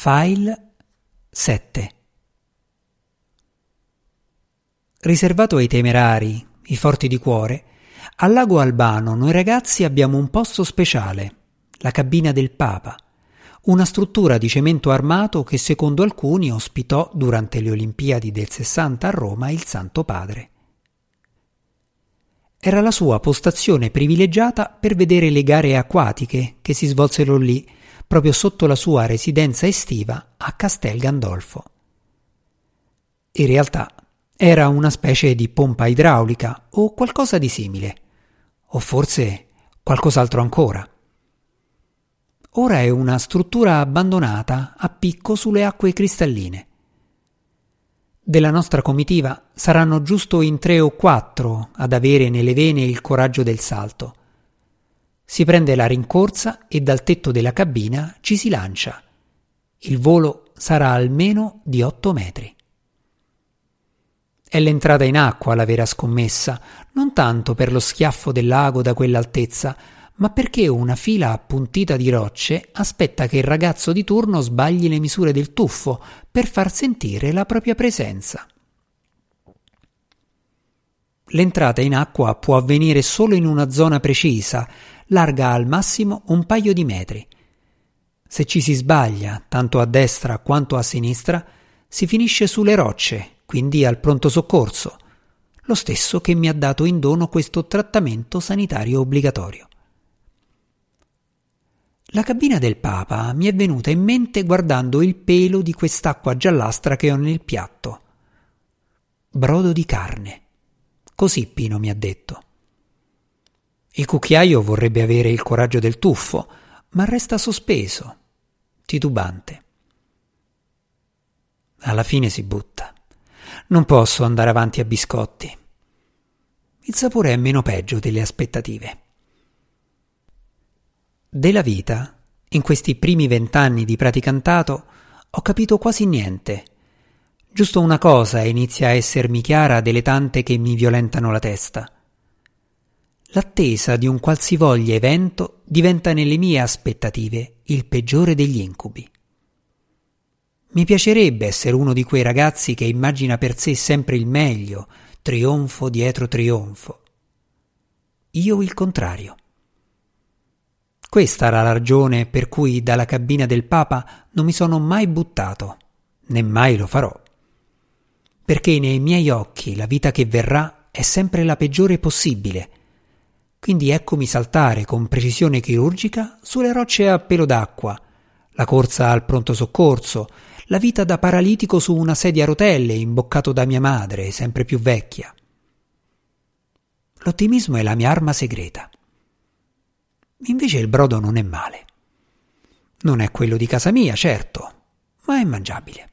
File 7. Riservato ai temerari, i forti di cuore, al lago Albano noi ragazzi abbiamo un posto speciale, la cabina del Papa, una struttura di cemento armato che secondo alcuni ospitò durante le Olimpiadi del 60 a Roma il Santo Padre. Era la sua postazione privilegiata per vedere le gare acquatiche che si svolsero lì, proprio sotto la sua residenza estiva a Castel Gandolfo. In realtà era una specie di pompa idraulica o qualcosa di simile, o forse qualcos'altro ancora. Ora è una struttura abbandonata a picco sulle acque cristalline. Della nostra comitiva saranno giusto in 3 o 4 ad avere nelle vene il coraggio del salto. Si prende la rincorsa e dal tetto della cabina ci si lancia. Il volo sarà almeno di 8 metri. È l'entrata in acqua la vera scommessa, non tanto per lo schiaffo del lago da quell'altezza, ma perché una fila appuntita di rocce aspetta che il ragazzo di turno sbagli le misure del tuffo per far sentire la propria presenza. L'entrata in acqua può avvenire solo in una zona precisa, larga al massimo un paio di metri. Se ci si sbaglia, tanto a destra quanto a sinistra, si finisce sulle rocce, quindi al pronto soccorso, lo stesso che mi ha dato in dono questo trattamento sanitario obbligatorio. La cabina del Papa mi è venuta in mente guardando il pelo di quest'acqua giallastra che ho nel piatto. Brodo di carne. Così Pino mi ha detto. Il cucchiaio vorrebbe avere il coraggio del tuffo, ma resta sospeso, titubante. Alla fine si butta. Non posso andare avanti a biscotti. Il sapore è meno peggio delle aspettative. Della vita, in questi primi 20 anni di praticantato, ho capito quasi niente. Giusto una cosa inizia a essermi chiara delle tante che mi violentano la testa. L'attesa di un qualsivoglia evento diventa nelle mie aspettative il peggiore degli incubi. Mi piacerebbe essere uno di quei ragazzi che immagina per sé sempre il meglio, trionfo dietro trionfo. Io il contrario. Questa era la ragione per cui dalla cabina del Papa non mi sono mai buttato, né mai lo farò. Perché nei miei occhi la vita che verrà è sempre la peggiore possibile. Quindi eccomi saltare con precisione chirurgica sulle rocce a pelo d'acqua, la corsa al pronto soccorso, la vita da paralitico su una sedia a rotelle imboccato da mia madre, sempre più vecchia. L'ottimismo è la mia arma segreta. Invece il brodo non è male. Non è quello di casa mia, certo, ma è mangiabile.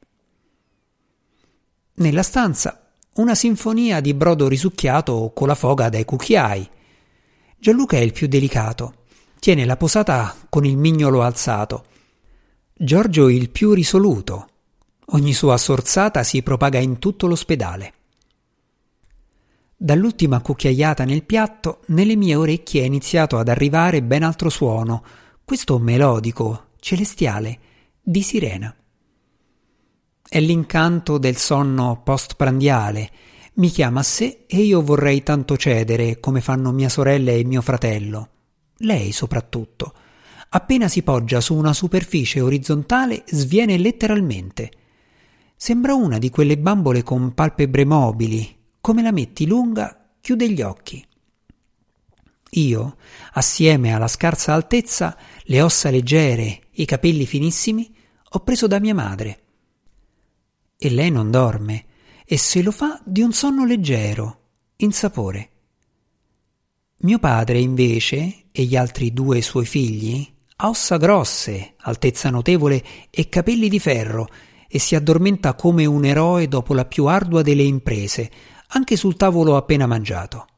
Nella stanza una sinfonia di brodo risucchiato con la foga dai cucchiai. Gianluca è il più delicato, tiene la posata con il mignolo alzato. Giorgio il più risoluto. Ogni sua sorsata si propaga in tutto l'ospedale. Dall'ultima cucchiaiata nel piatto, nelle mie orecchie è iniziato ad arrivare ben altro suono, questo melodico, celestiale, di sirena. È l'incanto del sonno postprandiale, mi chiama a sé e io vorrei tanto cedere, come fanno mia sorella e mio fratello. Lei soprattutto. Appena si poggia su una superficie orizzontale sviene letteralmente. Sembra una di quelle bambole con palpebre mobili. Come la metti lunga, chiude gli occhi. Io, assieme alla scarsa altezza, le ossa leggere, i capelli finissimi, ho preso da mia madre. E lei non dorme, e se lo fa di un sonno leggero, in sapore. Mio padre, invece, e gli altri 2 suoi figli, ha ossa grosse, altezza notevole e capelli di ferro, e si addormenta come un eroe dopo la più ardua delle imprese, anche sul tavolo appena mangiato.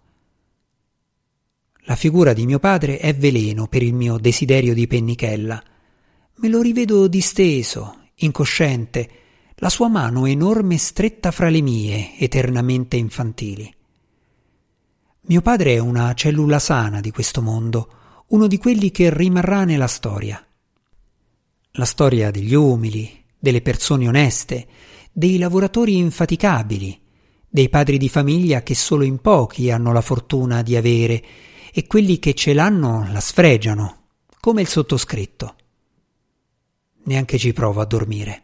La figura di mio padre è veleno per il mio desiderio di pennichella. Me lo rivedo disteso, incosciente, la sua mano enorme stretta fra le mie, eternamente infantili. Mio padre è una cellula sana di questo mondo, uno di quelli che rimarrà nella storia. La storia degli umili, delle persone oneste, dei lavoratori infaticabili, dei padri di famiglia che solo in pochi hanno la fortuna di avere e quelli che ce l'hanno la sfregiano, come il sottoscritto. Neanche ci provo a dormire.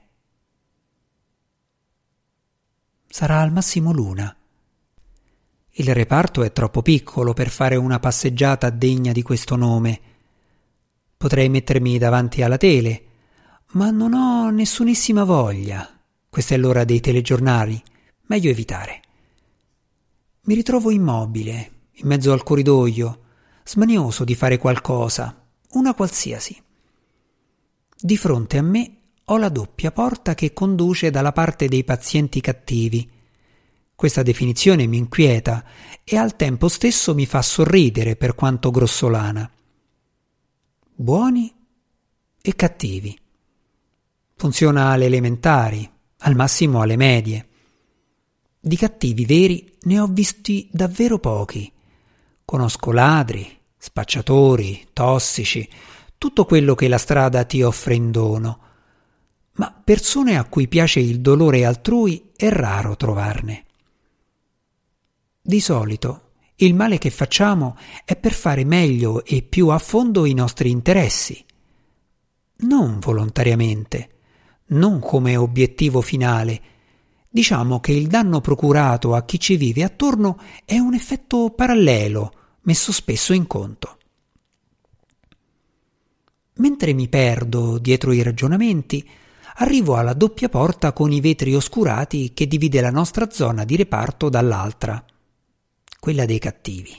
Sarà al massimo l'una. Il reparto è troppo piccolo per fare una passeggiata degna di questo nome. Potrei mettermi davanti alla tele, ma non ho nessunissima voglia. Questa è l'ora dei telegiornali, meglio evitare. Mi ritrovo immobile, in mezzo al corridoio, smanioso di fare qualcosa, una qualsiasi. Di fronte a me ho la doppia porta che conduce dalla parte dei pazienti cattivi. Questa definizione mi inquieta e al tempo stesso mi fa sorridere per quanto grossolana. Buoni e cattivi. Funziona alle elementari, al massimo alle medie. Di cattivi veri ne ho visti davvero pochi. Conosco ladri, spacciatori, tossici, tutto quello che la strada ti offre in dono. Ma persone a cui piace il dolore altrui è raro trovarne. Di solito il male che facciamo è per fare meglio e più a fondo i nostri interessi. Non volontariamente, non come obiettivo finale. Diciamo che il danno procurato a chi ci vive attorno è un effetto parallelo, messo spesso in conto. Mentre mi perdo dietro i ragionamenti, arrivo alla doppia porta con i vetri oscurati che divide la nostra zona di reparto dall'altra, quella dei cattivi.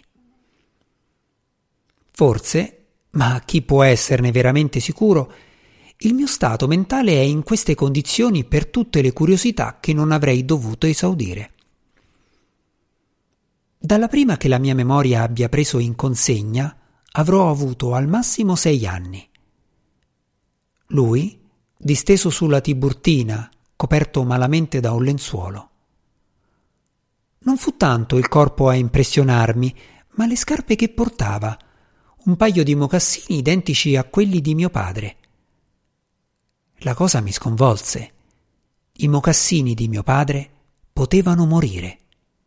Forse, ma chi può esserne veramente sicuro, il mio stato mentale è in queste condizioni per tutte le curiosità che non avrei dovuto esaudire. Dalla prima che la mia memoria abbia preso in consegna, avrò avuto al massimo 6 anni. Lui, disteso sulla Tiburtina, coperto malamente da un lenzuolo. Non fu tanto il corpo a impressionarmi, ma le scarpe che portava, un paio di mocassini identici a quelli di mio padre. La cosa mi sconvolse. I mocassini di mio padre potevano morire.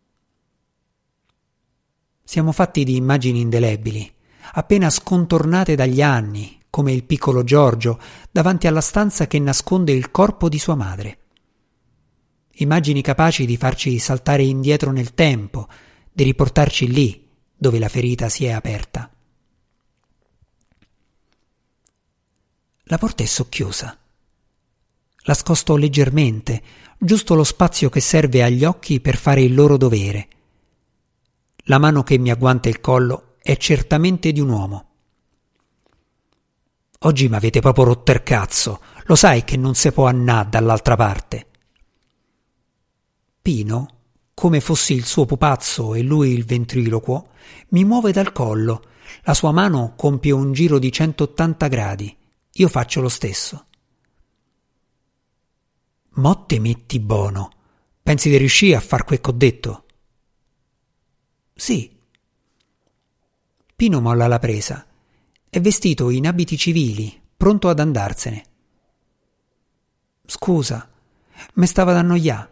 Siamo fatti di immagini indelebili, appena scontornate dagli anni, come il piccolo Giorgio davanti alla stanza che nasconde il corpo di sua madre. Immagini capaci di farci saltare indietro nel tempo, di riportarci lì, dove la ferita si è aperta. La porta è socchiusa. La scosto leggermente, giusto lo spazio che serve agli occhi per fare il loro dovere. La mano che mi agguanta il collo è certamente di un uomo. Oggi m'avete proprio rotto il cazzo, lo sai che non si può annà dall'altra parte. Pino, come fossi il suo pupazzo e lui il ventriloquo, mi muove dal collo, la sua mano compie un giro di 180 gradi, io faccio lo stesso. Mo te metti buono, pensi di riuscire a far quel che ho detto? Sì. Pino molla la presa. È vestito in abiti civili, pronto ad andarsene. Scusa, me stava ad annoià.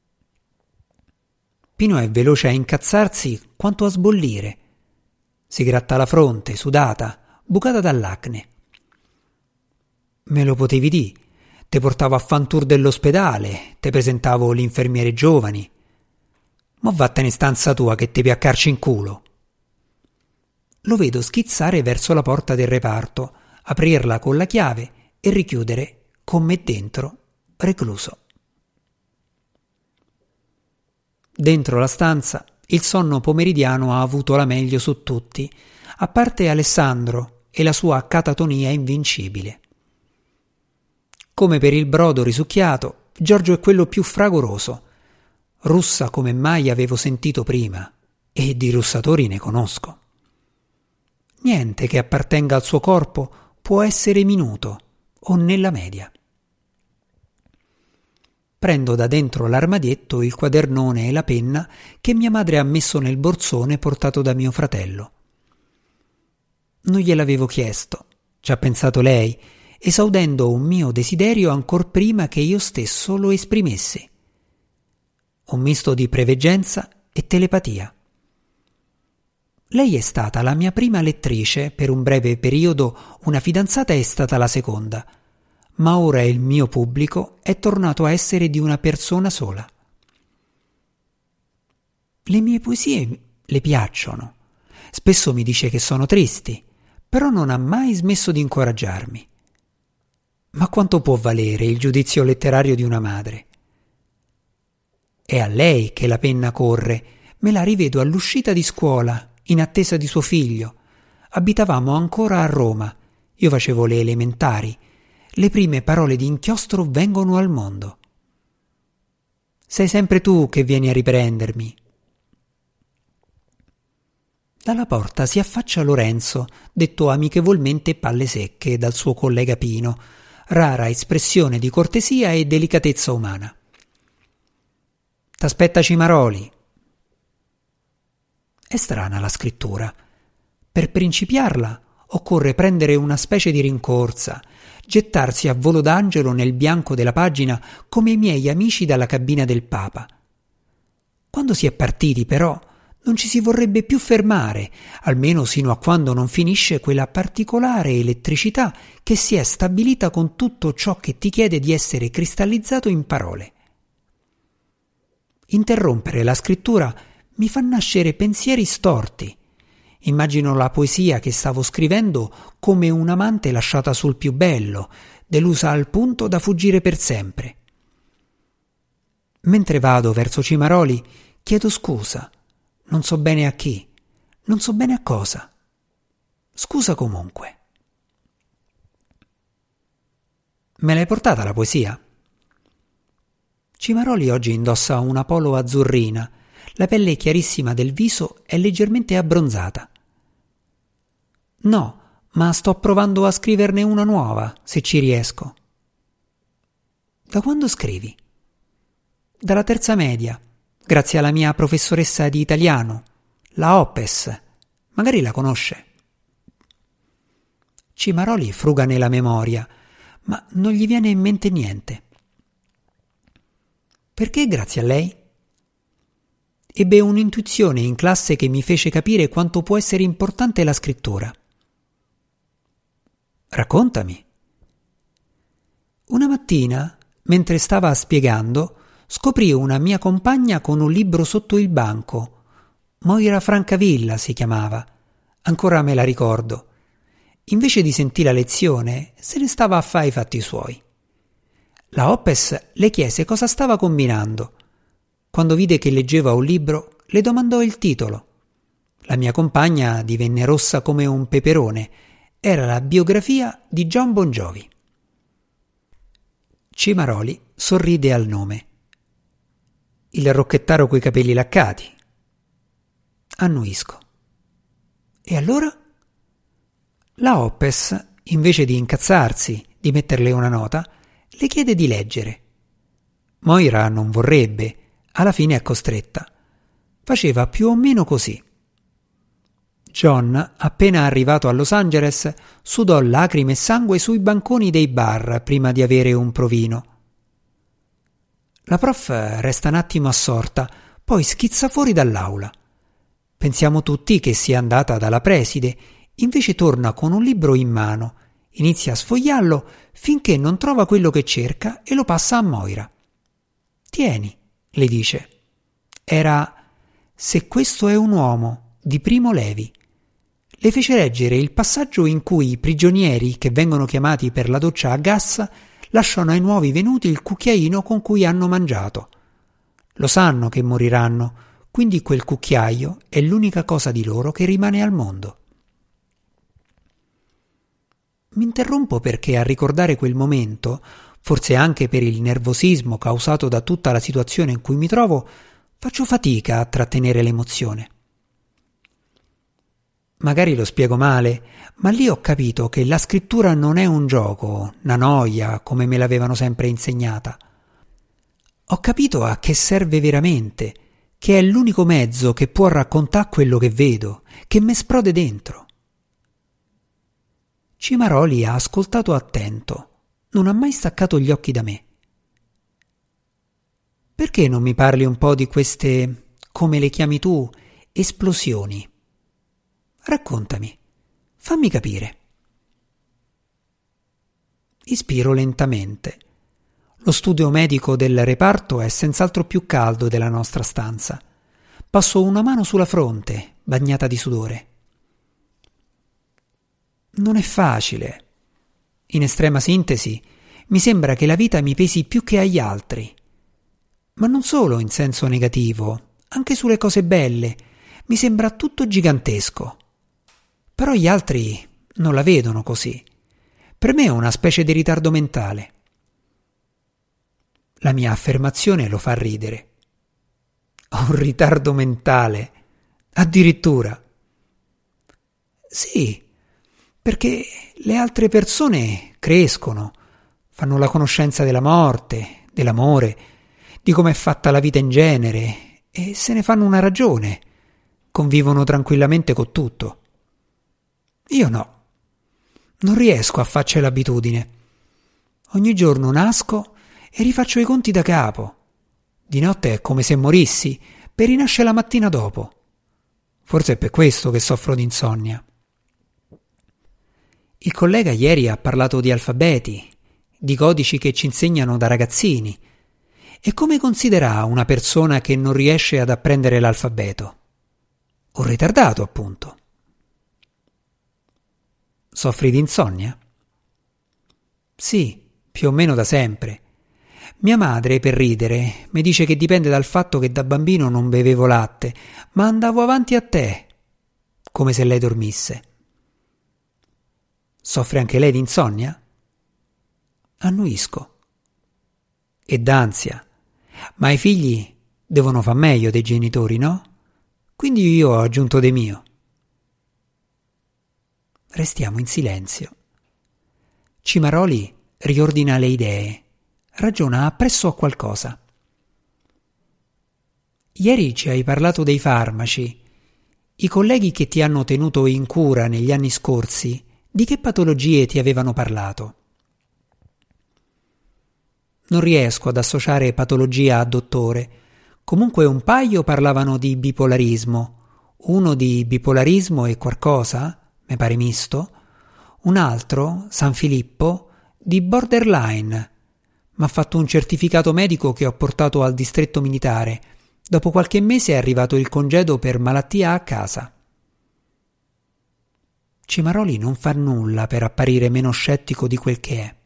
Pino è veloce a incazzarsi quanto a sbollire. Si gratta la fronte, sudata, bucata dall'acne. Me lo potevi dì, te portavo a fan tour dell'ospedale, te presentavo l'infermiere giovani. Mo vattene in stanza tua che te piaccarci in culo. Lo vedo schizzare verso la porta del reparto, aprirla con la chiave e richiudere con me dentro, recluso. Dentro la stanza il sonno pomeridiano ha avuto la meglio su tutti, a parte Alessandro e la sua catatonia invincibile. Come per il brodo risucchiato, Giorgio è quello più fragoroso. Russa come mai avevo sentito prima, e di russatori ne conosco. Niente che appartenga al suo corpo può essere minuto o nella media. Prendo da dentro l'armadietto il quadernone e la penna che mia madre ha messo nel borsone portato da mio fratello. Non gliel'avevo chiesto, ci ha pensato lei, esaudendo un mio desiderio ancor prima che io stesso lo esprimessi. Un misto di preveggenza e telepatia. Lei è stata la mia prima lettrice, per un breve periodo una fidanzata è stata la seconda, ma ora il mio pubblico è tornato a essere di una persona sola. Le mie poesie le piacciono. Spesso mi dice che sono tristi, però non ha mai smesso di incoraggiarmi. Ma quanto può valere il giudizio letterario di una madre? È a lei che la penna corre, me la rivedo all'uscita di scuola, in attesa di suo figlio. Abitavamo ancora a Roma, io facevo le elementari. Le prime parole di inchiostro vengono al mondo. Sei sempre tu che vieni a riprendermi. Dalla porta si affaccia Lorenzo, detto amichevolmente Palle Secche dal suo collega Pino, rara espressione di cortesia e delicatezza umana. T'aspetta Cimaroli. È strana la scrittura. Per principiarla occorre prendere una specie di rincorsa, gettarsi a volo d'angelo nel bianco della pagina come i miei amici dalla cabina del Papa. Quando si è partiti, però, non ci si vorrebbe più fermare, almeno sino a quando non finisce quella particolare elettricità che si è stabilita con tutto ciò che ti chiede di essere cristallizzato in parole. Interrompere la scrittura mi fa nascere pensieri storti. Immagino la poesia che stavo scrivendo come un'amante lasciata sul più bello, delusa al punto da fuggire per sempre. Mentre vado verso Cimaroli, chiedo scusa. Non so bene a chi, non so bene a cosa. Scusa comunque. Me l'hai portata la poesia? Cimaroli oggi indossa una polo azzurrina, la pelle chiarissima del viso è leggermente abbronzata. No, ma sto provando a scriverne una nuova, se ci riesco. Da quando scrivi? Dalla terza media. Grazie alla mia professoressa di italiano, la Oppes. Magari la conosce. Cimaroli fruga nella memoria, ma non gli viene in mente niente. Perché grazie a lei? Ebbe un'intuizione in classe che mi fece capire quanto può essere importante la scrittura. Raccontami. Una mattina, mentre stava spiegando, scoprì una mia compagna con un libro sotto il banco. Moira Francavilla si chiamava. Ancora me la ricordo. Invece di sentire la lezione, se ne stava a fare i fatti suoi. La Oppes le chiese cosa stava combinando. Quando vide che leggeva un libro, le domandò il titolo. La mia compagna divenne rossa come un peperone. Era la biografia di John Bon Jovi. Cimaroli sorride al nome. Il rocchettaro coi capelli laccati. Annuisco. E allora? La Oppes, invece di incazzarsi, di metterle una nota, le chiede di leggere. Moira non vorrebbe, alla fine è costretta. Faceva più o meno così. John, appena arrivato a Los Angeles, sudò lacrime e sangue sui banconi dei bar prima di avere un provino. La prof resta un attimo assorta, poi schizza fuori dall'aula. Pensiamo tutti che sia andata dalla preside, invece torna con un libro in mano, inizia a sfogliarlo finché non trova quello che cerca e lo passa a Moira. Tieni, le dice. Era Se questo è un uomo, di Primo Levi. Le fece leggere il passaggio in cui i prigionieri che vengono chiamati per la doccia a gas lasciano ai nuovi venuti il cucchiaino con cui hanno mangiato. Lo sanno che moriranno, quindi quel cucchiaio è l'unica cosa di loro che rimane al mondo. Mi interrompo perché a ricordare quel momento, forse anche per il nervosismo causato da tutta la situazione in cui mi trovo, faccio fatica a trattenere l'emozione. Magari lo spiego male, ma lì ho capito che la scrittura non è un gioco, una noia, come me l'avevano sempre insegnata. Ho capito a che serve veramente, che è l'unico mezzo che può raccontare quello che vedo, che m'esplode dentro. Cimaroli ha ascoltato attento, non ha mai staccato gli occhi da me. Perché non mi parli un po' di queste, come le chiami tu, esplosioni? Raccontami, fammi capire. Ispiro lentamente. Lo studio medico del reparto è senz'altro più caldo della nostra stanza. Passo una mano sulla fronte, bagnata di sudore. Non è facile. In estrema sintesi, mi sembra che la vita mi pesi più che agli altri. Ma non solo in senso negativo, anche sulle cose belle. Mi sembra tutto gigantesco. Però gli altri non la vedono così. Per me è una specie di ritardo mentale. La mia affermazione lo fa ridere. Ho un ritardo mentale? Addirittura. Sì, perché le altre persone crescono, fanno la conoscenza della morte, dell'amore, di come è fatta la vita in genere e se ne fanno una ragione, convivono tranquillamente con tutto. Io no, non riesco a farci l'abitudine. Ogni giorno nasco e rifaccio i conti da capo. Di notte è come se morissi, per rinascere la mattina dopo. Forse è per questo che soffro di insonnia. Il collega ieri ha parlato di alfabeti, di codici che ci insegnano da ragazzini. E come considera una persona che non riesce ad apprendere l'alfabeto? Un ritardato, appunto. Soffri di insonnia? Sì, più o meno da sempre. Mia madre, per ridere, mi dice che dipende dal fatto che da bambino non bevevo latte, ma andavo avanti a te, come se lei dormisse. Soffre anche lei di insonnia? Annuisco. E d'ansia. Ma i figli devono far meglio dei genitori, no? Quindi io ho aggiunto dei mio. Restiamo in silenzio. Cimaroli riordina le idee, ragiona appresso a qualcosa. Ieri ci hai parlato dei farmaci. I colleghi che ti hanno tenuto in cura negli anni scorsi, di che patologie ti avevano parlato? Non riesco ad associare patologia a dottore. Comunque un paio parlavano di bipolarismo, uno di bipolarismo e qualcosa, mi pare misto, un altro, San Filippo, di borderline. M'ha fatto un certificato medico che ho portato al distretto militare. Dopo qualche mese è arrivato il congedo per malattia a casa. Cimaroli non fa nulla per apparire meno scettico di quel che è.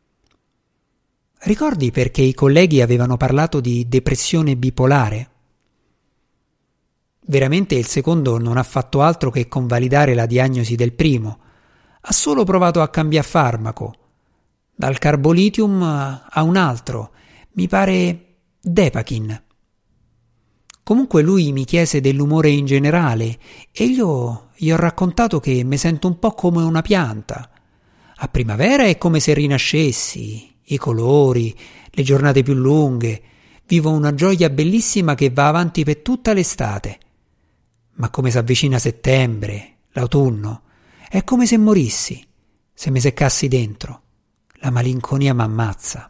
Ricordi perché i colleghi avevano parlato di depressione bipolare? Veramente il secondo non ha fatto altro che convalidare la diagnosi del primo. Ha solo provato a cambiare farmaco. Dal carbolitium a un altro, mi pare Depachin. Comunque lui mi chiese dell'umore in generale e io gli ho raccontato che mi sento un po' come una pianta. A primavera è come se rinascessi, i colori, le giornate più lunghe, vivo una gioia bellissima che va avanti per tutta l'estate. Ma come s'avvicina settembre, l'autunno, è come se morissi, se mi seccassi dentro. La malinconia m'ammazza.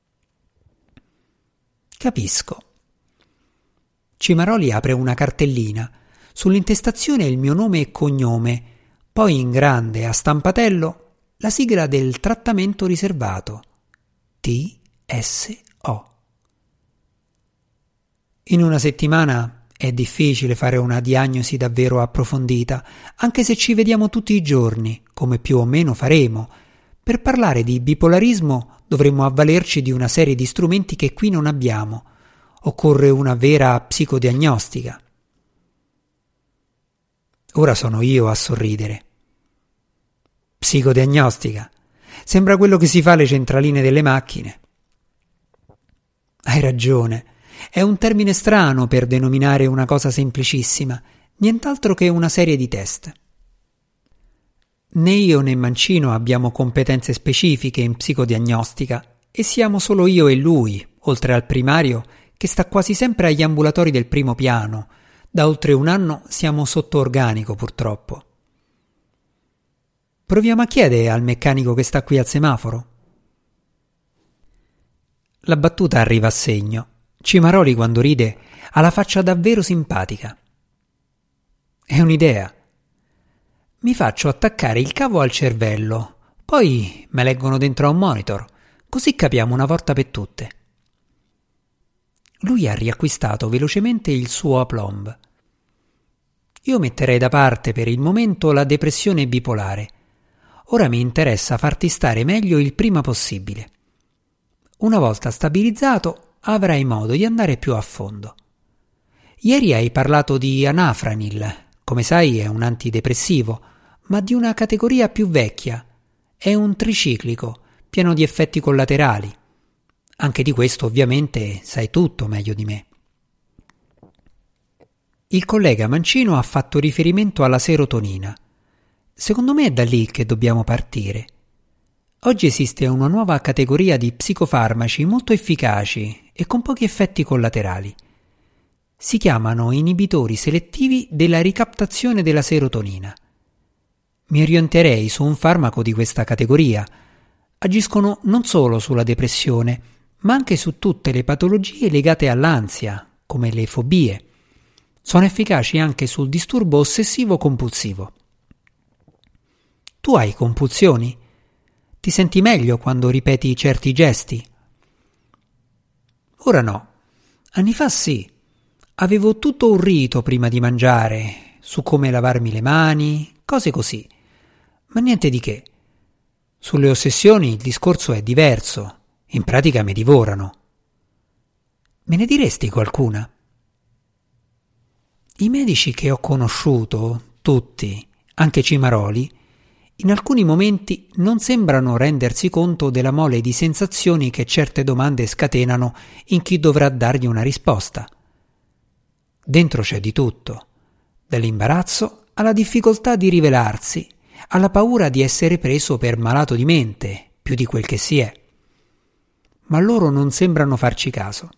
Capisco. Cimaroli apre una cartellina. Sull'intestazione il mio nome e cognome, poi in grande a stampatello la sigla del trattamento riservato. TSO. In una settimana è difficile fare una diagnosi davvero approfondita, anche se ci vediamo tutti i giorni, come più o meno faremo. Per parlare di bipolarismo dovremmo avvalerci di una serie di strumenti che qui non abbiamo. Occorre una vera psicodiagnostica. Ora sono io a sorridere. Psicodiagnostica? Sembra quello che si fa alle centraline delle macchine. Hai ragione, è un termine strano per denominare una cosa semplicissima, nient'altro che una serie di test. Né io né Mancino abbiamo competenze specifiche in psicodiagnostica e siamo solo io e lui, oltre al primario, che sta quasi sempre agli ambulatori del primo piano. Da oltre un anno siamo sotto organico, purtroppo. Proviamo a chiedere al meccanico che sta qui al semaforo. La battuta arriva a segno. Cimaroli, quando ride, ha la faccia davvero simpatica. È un'idea. Mi faccio attaccare il cavo al cervello, poi me leggono dentro a un monitor, così capiamo una volta per tutte. Lui ha riacquistato velocemente il suo aplomb. Io metterei da parte per il momento la depressione bipolare. Ora mi interessa farti stare meglio il prima possibile. Una volta stabilizzato, avrai modo di andare più a fondo. Ieri hai parlato di Anafranil. Come sai è un antidepressivo, ma di una categoria più vecchia. È un triciclico, pieno di effetti collaterali. Anche di questo ovviamente sai tutto meglio di me. Il collega Mancino ha fatto riferimento alla serotonina. Secondo me è da lì che dobbiamo partire. Oggi esiste una nuova categoria di psicofarmaci molto efficaci e con pochi effetti collaterali. Si chiamano inibitori selettivi della ricaptazione della serotonina. Mi orienterei su un farmaco di questa categoria. Agiscono non solo sulla depressione, ma anche su tutte le patologie legate all'ansia, come le fobie. Sono efficaci anche sul disturbo ossessivo-compulsivo. Tu hai compulsioni? Ti senti meglio quando ripeti certi gesti? Ora no. Anni fa sì. Avevo tutto un rito prima di mangiare, su come lavarmi le mani, cose così. Ma niente di che. Sulle ossessioni il discorso è diverso. In pratica mi divorano. Me ne diresti qualcuna? I medici che ho conosciuto, tutti, anche Cimaroli, in alcuni momenti non sembrano rendersi conto della mole di sensazioni che certe domande scatenano in chi dovrà dargli una risposta. Dentro c'è di tutto, dall'imbarazzo alla difficoltà di rivelarsi, alla paura di essere preso per malato di mente, più di quel che si è. Ma loro non sembrano farci caso.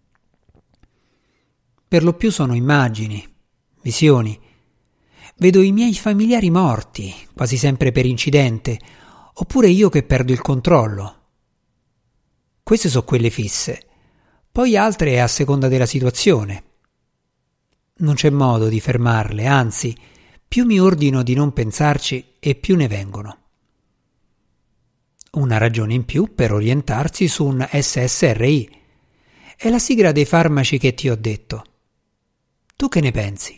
Per lo più sono immagini, visioni. Vedo i miei familiari morti, quasi sempre per incidente, oppure io che perdo il controllo. Queste sono quelle fisse, poi altre a seconda della situazione. Non c'è modo di fermarle, anzi, più mi ordino di non pensarci e più ne vengono. Una ragione in più per orientarsi su un SSRI. È la sigla dei farmaci che ti ho detto. Tu che ne pensi?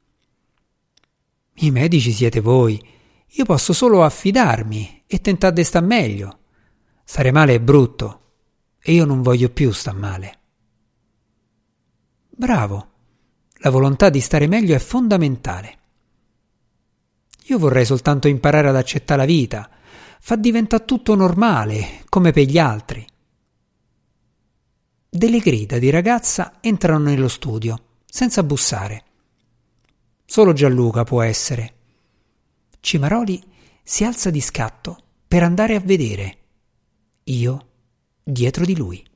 I medici siete voi. Io posso solo affidarmi e tentare di star meglio. Stare male è brutto e io non voglio più star male. Bravo. La volontà di stare meglio è fondamentale. Io vorrei soltanto imparare ad accettare la vita, fa diventare tutto normale, come per gli altri. Delle grida di ragazza entrano nello studio, senza bussare. Solo Gianluca può essere. Cimaroli si alza di scatto per andare a vedere. Io dietro di lui.